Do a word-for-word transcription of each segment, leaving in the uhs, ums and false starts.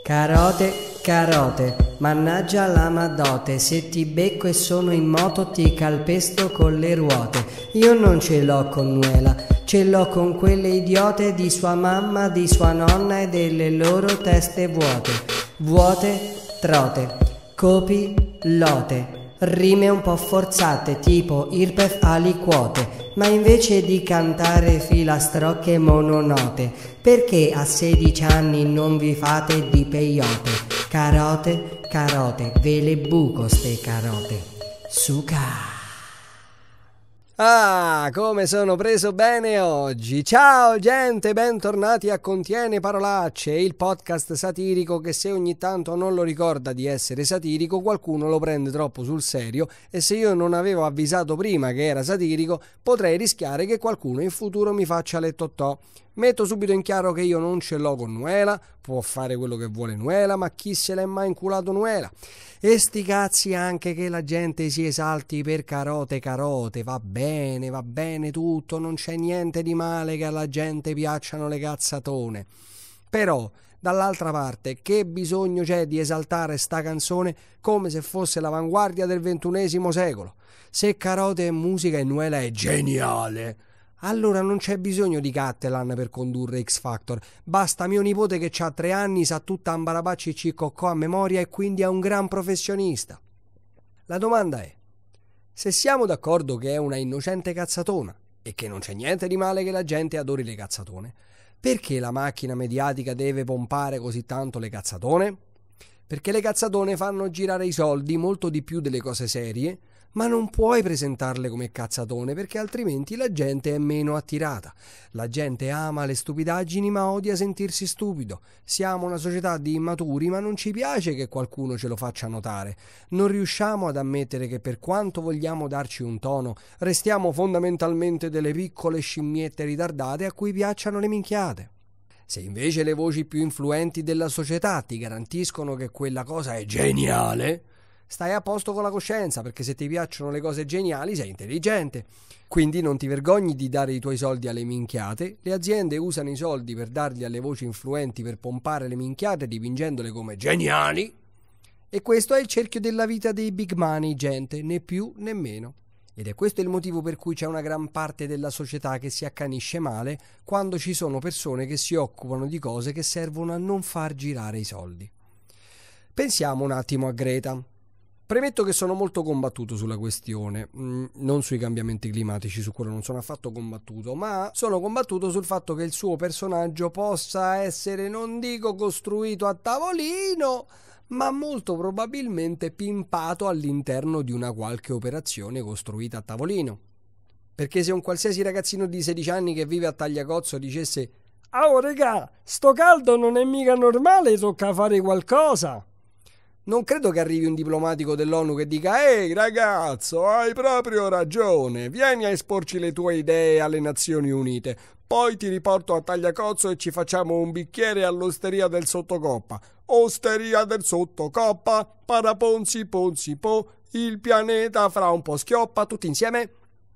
Carote, carote, mannaggia la madote, se ti becco e sono in moto ti calpesto con le ruote. Io non ce l'ho con Nuela, ce l'ho con quelle idiote di sua mamma, di sua nonna e delle loro teste vuote. Vuote, trote, copi, lote, rime un po' forzate tipo irpef aliquote. Ma invece di cantare filastrocche mononote, perché a sedici anni non vi fate di peyote? Carote, carote, ve le buco ste carote. Suca! Ah, come sono preso bene oggi! Ciao gente, bentornati a Contiene Parolacce, il podcast satirico che se ogni tanto non lo ricorda di essere satirico, qualcuno lo prende troppo sul serio e se io non avevo avvisato prima che era satirico, potrei rischiare che qualcuno in futuro mi faccia le totò. Metto subito in chiaro che io non ce l'ho con Nuela, può fare quello che vuole Nuela, ma chi se l'è mai inculato Nuela? E sti cazzi anche che la gente si esalti per carote carote, va bene, va bene tutto, non c'è niente di male che alla gente piacciono le cazzatone. Però, dall'altra parte, che bisogno c'è di esaltare sta canzone come se fosse l'avanguardia del ventunesimo secolo? Se carote è musica e Nuela è geniale, allora non c'è bisogno di Cattelan per condurre X Factor, basta mio nipote che ha tre anni, sa tutta ambarabacci ciccocò a memoria e quindi è un gran professionista. La domanda è, se siamo d'accordo che è una innocente cazzatona e che non c'è niente di male che la gente adori le cazzatone, perché la macchina mediatica deve pompare così tanto le cazzatone? Perché le cazzatone fanno girare i soldi molto di più delle cose serie, ma non puoi presentarle come cazzatone perché altrimenti la gente è meno attirata. La gente ama le stupidaggini ma odia sentirsi stupido. Siamo una società di immaturi ma non ci piace che qualcuno ce lo faccia notare. Non riusciamo ad ammettere che per quanto vogliamo darci un tono, restiamo fondamentalmente delle piccole scimmiette ritardate a cui piacciono le minchiate. Se invece le voci più influenti della società ti garantiscono che quella cosa è geniale, stai a posto con la coscienza, perché se ti piacciono le cose geniali sei intelligente. Quindi non ti vergogni di dare i tuoi soldi alle minchiate. Le aziende usano i soldi per darli alle voci influenti per pompare le minchiate dipingendole come geniali. E questo è il cerchio della vita dei big money, gente, né più né meno. Ed è questo il motivo per cui c'è una gran parte della società che si accanisce male quando ci sono persone che si occupano di cose che servono a non far girare i soldi. Pensiamo un attimo a Greta. Premetto che sono molto combattuto sulla questione, mm, non sui cambiamenti climatici, su quello non sono affatto combattuto, ma sono combattuto sul fatto che il suo personaggio possa essere, non dico costruito a tavolino, ma molto probabilmente pimpato all'interno di una qualche operazione costruita a tavolino. Perché se un qualsiasi ragazzino di sedici anni che vive a Tagliacozzo dicesse «Oh regà, sto caldo non è mica normale, tocca fare qualcosa», non credo che arrivi un diplomatico dell'ONU che dica «Ehi ragazzo, hai proprio ragione, vieni a esporci le tue idee alle Nazioni Unite, poi ti riporto a Tagliacozzo e ci facciamo un bicchiere all'osteria del Sottocoppa. Osteria del Sottocoppa, paraponzi ponzi po, il pianeta fra un po' schioppa», tutti insieme?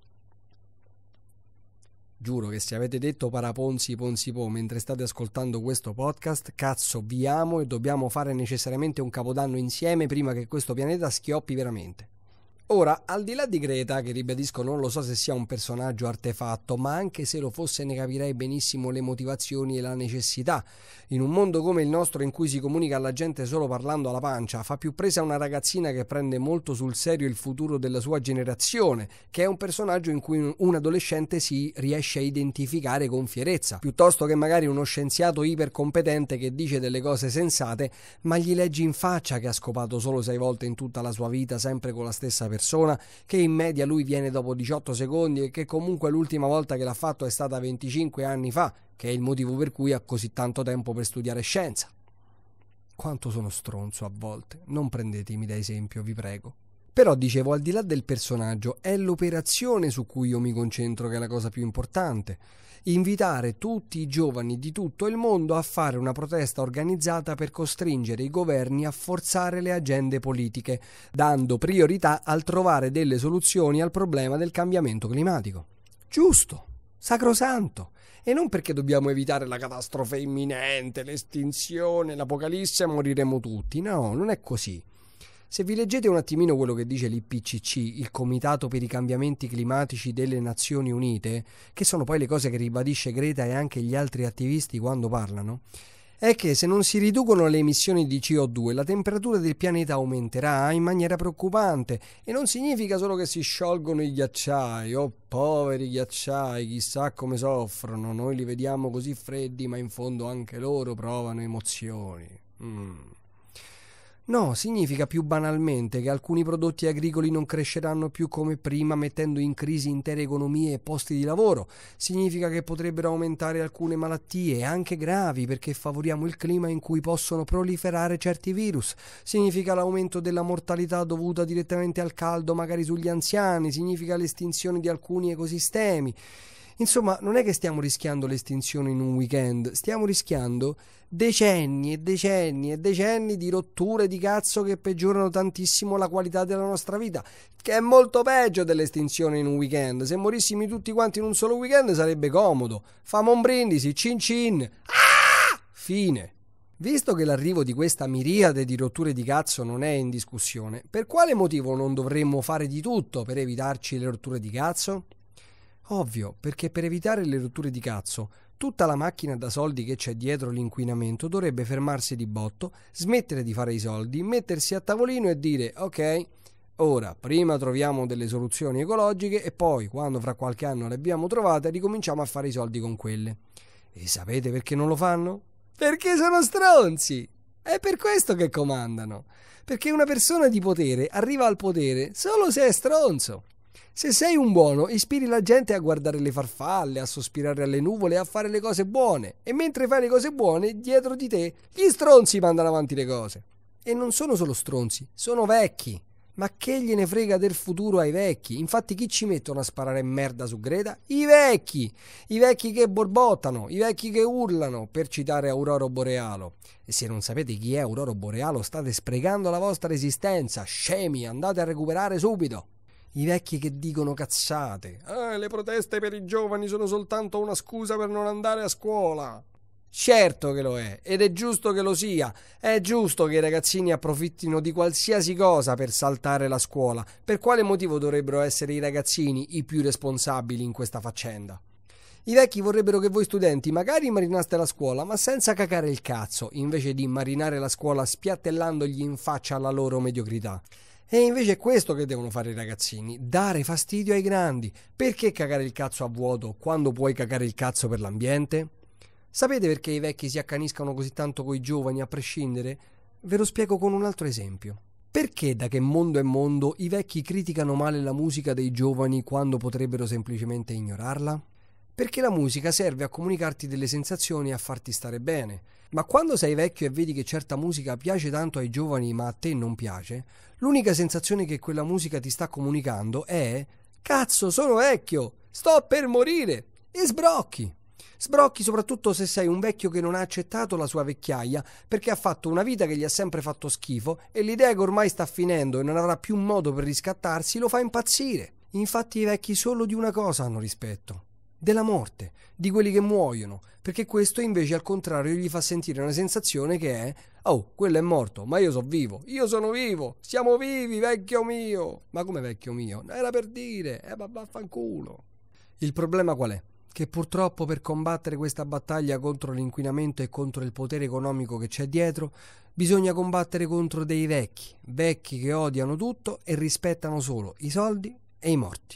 Giuro che se avete detto paraponzi ponzi po mentre state ascoltando questo podcast, cazzo vi amo e dobbiamo fare necessariamente un capodanno insieme prima che questo pianeta schioppi veramente. Ora, al di là di Greta, che ribadisco non lo so se sia un personaggio artefatto, ma anche se lo fosse ne capirei benissimo le motivazioni e la necessità. In un mondo come il nostro in cui si comunica alla gente solo parlando alla pancia, fa più presa una ragazzina che prende molto sul serio il futuro della sua generazione, che è un personaggio in cui un adolescente si riesce a identificare con fierezza, piuttosto che magari uno scienziato ipercompetente che dice delle cose sensate, ma gli leggi in faccia che ha scopato solo sei volte in tutta la sua vita, sempre con la stessa persona, persona, che in media lui viene dopo diciotto secondi e che comunque l'ultima volta che l'ha fatto è stata venticinque anni fa, che è il motivo per cui ha così tanto tempo per studiare scienza. Quanto sono stronzo a volte, non prendetemi da esempio, vi prego. Però dicevo, al di là del personaggio, è l'operazione su cui io mi concentro che è la cosa più importante. Invitare tutti i giovani di tutto il mondo a fare una protesta organizzata per costringere i governi a forzare le agende politiche, dando priorità al trovare delle soluzioni al problema del cambiamento climatico. Giusto, sacrosanto. E non perché dobbiamo evitare la catastrofe imminente, l'estinzione, l'apocalisse e moriremo tutti. No, non è così. Se vi leggete un attimino quello che dice l'I P C C, il Comitato per i cambiamenti climatici delle Nazioni Unite, che sono poi le cose che ribadisce Greta e anche gli altri attivisti quando parlano, è che se non si riducono le emissioni di C O due la temperatura del pianeta aumenterà in maniera preoccupante, e non significa solo che si sciolgono i ghiacciai. Oh, poveri ghiacciai, chissà come soffrono, noi li vediamo così freddi ma in fondo anche loro provano emozioni. Mm. No, significa più banalmente che alcuni prodotti agricoli non cresceranno più come prima, mettendo in crisi intere economie e posti di lavoro. Significa che potrebbero aumentare alcune malattie, anche gravi, perché favoriamo il clima in cui possono proliferare certi virus. Significa l'aumento della mortalità dovuta direttamente al caldo, magari sugli anziani. Significa l'estinzione di alcuni ecosistemi. Insomma, non è che stiamo rischiando l'estinzione in un weekend, stiamo rischiando decenni e decenni e decenni di rotture di cazzo che peggiorano tantissimo la qualità della nostra vita, che è molto peggio dell'estinzione in un weekend. Se morissimo tutti quanti in un solo weekend sarebbe comodo. Famo un brindisi, cin cin, ah! Fine. Visto che l'arrivo di questa miriade di rotture di cazzo non è in discussione, per quale motivo non dovremmo fare di tutto per evitarci le rotture di cazzo? Ovvio, perché per evitare le rotture di cazzo, tutta la macchina da soldi che c'è dietro l'inquinamento dovrebbe fermarsi di botto, smettere di fare i soldi, mettersi a tavolino e dire ok, ora prima troviamo delle soluzioni ecologiche e poi, quando fra qualche anno le abbiamo trovate, ricominciamo a fare i soldi con quelle. E sapete perché non lo fanno? Perché sono stronzi! È per questo che comandano. Perché una persona di potere arriva al potere solo se è stronzo. Se sei un buono, ispiri la gente a guardare le farfalle, a sospirare alle nuvole e a fare le cose buone. E mentre fai le cose buone, dietro di te, gli stronzi mandano avanti le cose. E non sono solo stronzi, sono vecchi. Ma che gliene frega del futuro ai vecchi? Infatti chi ci mettono a sparare merda su Greta? I vecchi! I vecchi che borbottano, i vecchi che urlano, per citare Aurora Borealo. E se non sapete chi è Aurora Borealo, state sprecando la vostra esistenza. Scemi, andate a recuperare subito. I vecchi che dicono cazzate. Ah, le proteste per i giovani sono soltanto una scusa per non andare a scuola. Certo che lo è, ed è giusto che lo sia. È giusto che i ragazzini approfittino di qualsiasi cosa per saltare la scuola. Per quale motivo dovrebbero essere i ragazzini i più responsabili in questa faccenda? I vecchi vorrebbero che voi studenti magari marinaste la scuola, ma senza cacare il cazzo, invece di marinare la scuola spiattellandogli in faccia la loro mediocrità. E invece è questo che devono fare i ragazzini, dare fastidio ai grandi. Perché cagare il cazzo a vuoto quando puoi cagare il cazzo per l'ambiente? Sapete perché i vecchi si accaniscono così tanto coi giovani a prescindere? Ve lo spiego con un altro esempio. Perché da che mondo è mondo i vecchi criticano male la musica dei giovani quando potrebbero semplicemente ignorarla? Perché la musica serve a comunicarti delle sensazioni e a farti stare bene. Ma quando sei vecchio e vedi che certa musica piace tanto ai giovani ma a te non piace, l'unica sensazione che quella musica ti sta comunicando è «Cazzo, sono vecchio! Sto per morire!» e sbrocchi. Sbrocchi soprattutto se sei un vecchio che non ha accettato la sua vecchiaia perché ha fatto una vita che gli ha sempre fatto schifo e l'idea che ormai sta finendo e non avrà più modo per riscattarsi lo fa impazzire. Infatti i vecchi solo di una cosa hanno rispetto: della morte, di quelli che muoiono, perché questo invece al contrario gli fa sentire una sensazione che è «Oh, quello è morto, ma io sono vivo, io sono vivo, siamo vivi, vecchio mio!» Ma come vecchio mio? Era per dire, eh ma vaffanculo. Il problema qual è? Che purtroppo per combattere questa battaglia contro l'inquinamento e contro il potere economico che c'è dietro, bisogna combattere contro dei vecchi, vecchi che odiano tutto e rispettano solo i soldi e i morti.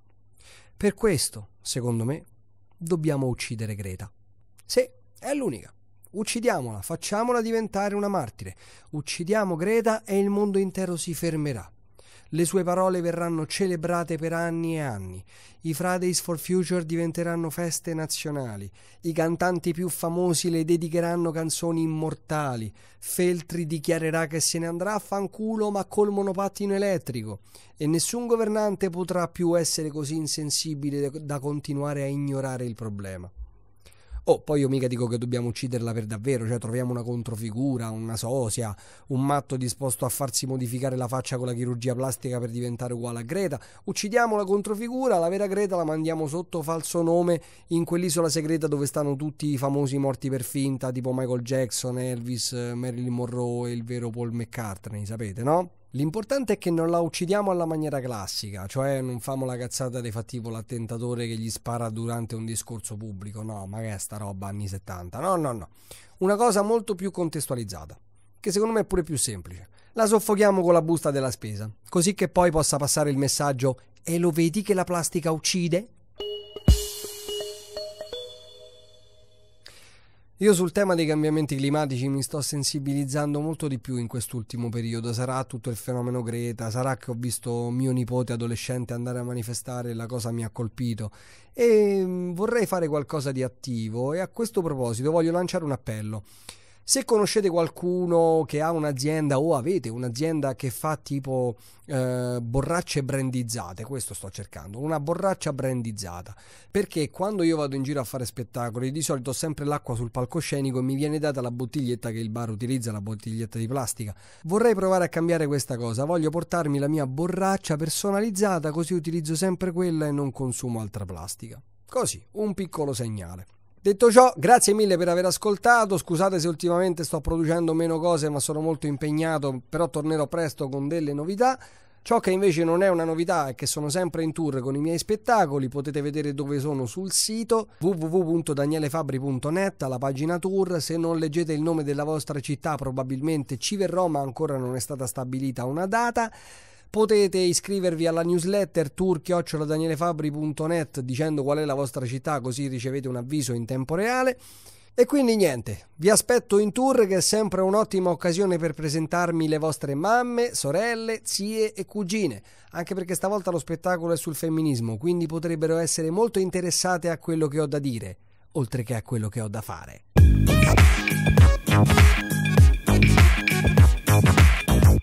Per questo, secondo me, dobbiamo uccidere Greta. Sì, è l'unica. Uccidiamola, facciamola diventare una martire. Uccidiamo Greta e il mondo intero si fermerà. Le sue parole verranno celebrate per anni e anni. I Fridays for Future diventeranno feste nazionali. I cantanti più famosi le dedicheranno canzoni immortali. Feltri dichiarerà che se ne andrà a fanculo ma col monopattino elettrico. E nessun governante potrà più essere così insensibile da continuare a ignorare il problema. Oh, poi io mica dico che dobbiamo ucciderla per davvero, cioè troviamo una controfigura, una sosia, un matto disposto a farsi modificare la faccia con la chirurgia plastica per diventare uguale a Greta. Uccidiamo la controfigura, la vera Greta la mandiamo sotto falso nome in quell'isola segreta dove stanno tutti i famosi morti per finta, tipo Michael Jackson, Elvis, Marilyn Monroe e il vero Paul McCartney, sapete, no? L'importante è che non la uccidiamo alla maniera classica, cioè non famo la cazzata dei fatti tipo l'attentatore che gli spara durante un discorso pubblico, no, ma che è sta roba anni settanta, no, no, no, una cosa molto più contestualizzata, che secondo me è pure più semplice. La soffochiamo con la busta della spesa, così che poi possa passare il messaggio: e lo vedi che la plastica uccide? Io sul tema dei cambiamenti climatici mi sto sensibilizzando molto di più in quest'ultimo periodo. Sarà tutto il fenomeno Greta, sarà che ho visto mio nipote adolescente andare a manifestare e la cosa mi ha colpito e vorrei fare qualcosa di attivo, e a questo proposito voglio lanciare un appello. Se conoscete qualcuno che ha un'azienda o avete un'azienda che fa tipo eh, borracce brandizzate, questo sto cercando, una borraccia brandizzata, perché quando io vado in giro a fare spettacoli di solito ho sempre l'acqua sul palcoscenico e mi viene data la bottiglietta che il bar utilizza, la bottiglietta di plastica. Vorrei provare a cambiare questa cosa, voglio portarmi la mia borraccia personalizzata, così utilizzo sempre quella e non consumo altra plastica. Così, un piccolo segnale. Detto ciò, grazie mille per aver ascoltato, scusate se ultimamente sto producendo meno cose ma sono molto impegnato, però tornerò presto con delle novità. Ciò che invece non è una novità è che sono sempre in tour con i miei spettacoli, potete vedere dove sono sul sito w w w punto daniele fabbri punto net, alla pagina tour. Se non leggete il nome della vostra città probabilmente ci verrò, ma ancora non è stata stabilita una data. Potete iscrivervi alla newsletter tour chiocciola daniele fabbri punto net dicendo qual è la vostra città, così ricevete un avviso in tempo reale. E quindi niente, vi aspetto in tour, che è sempre un'ottima occasione per presentarmi le vostre mamme, sorelle, zie e cugine, anche perché stavolta lo spettacolo è sul femminismo, quindi potrebbero essere molto interessate a quello che ho da dire, oltre che a quello che ho da fare.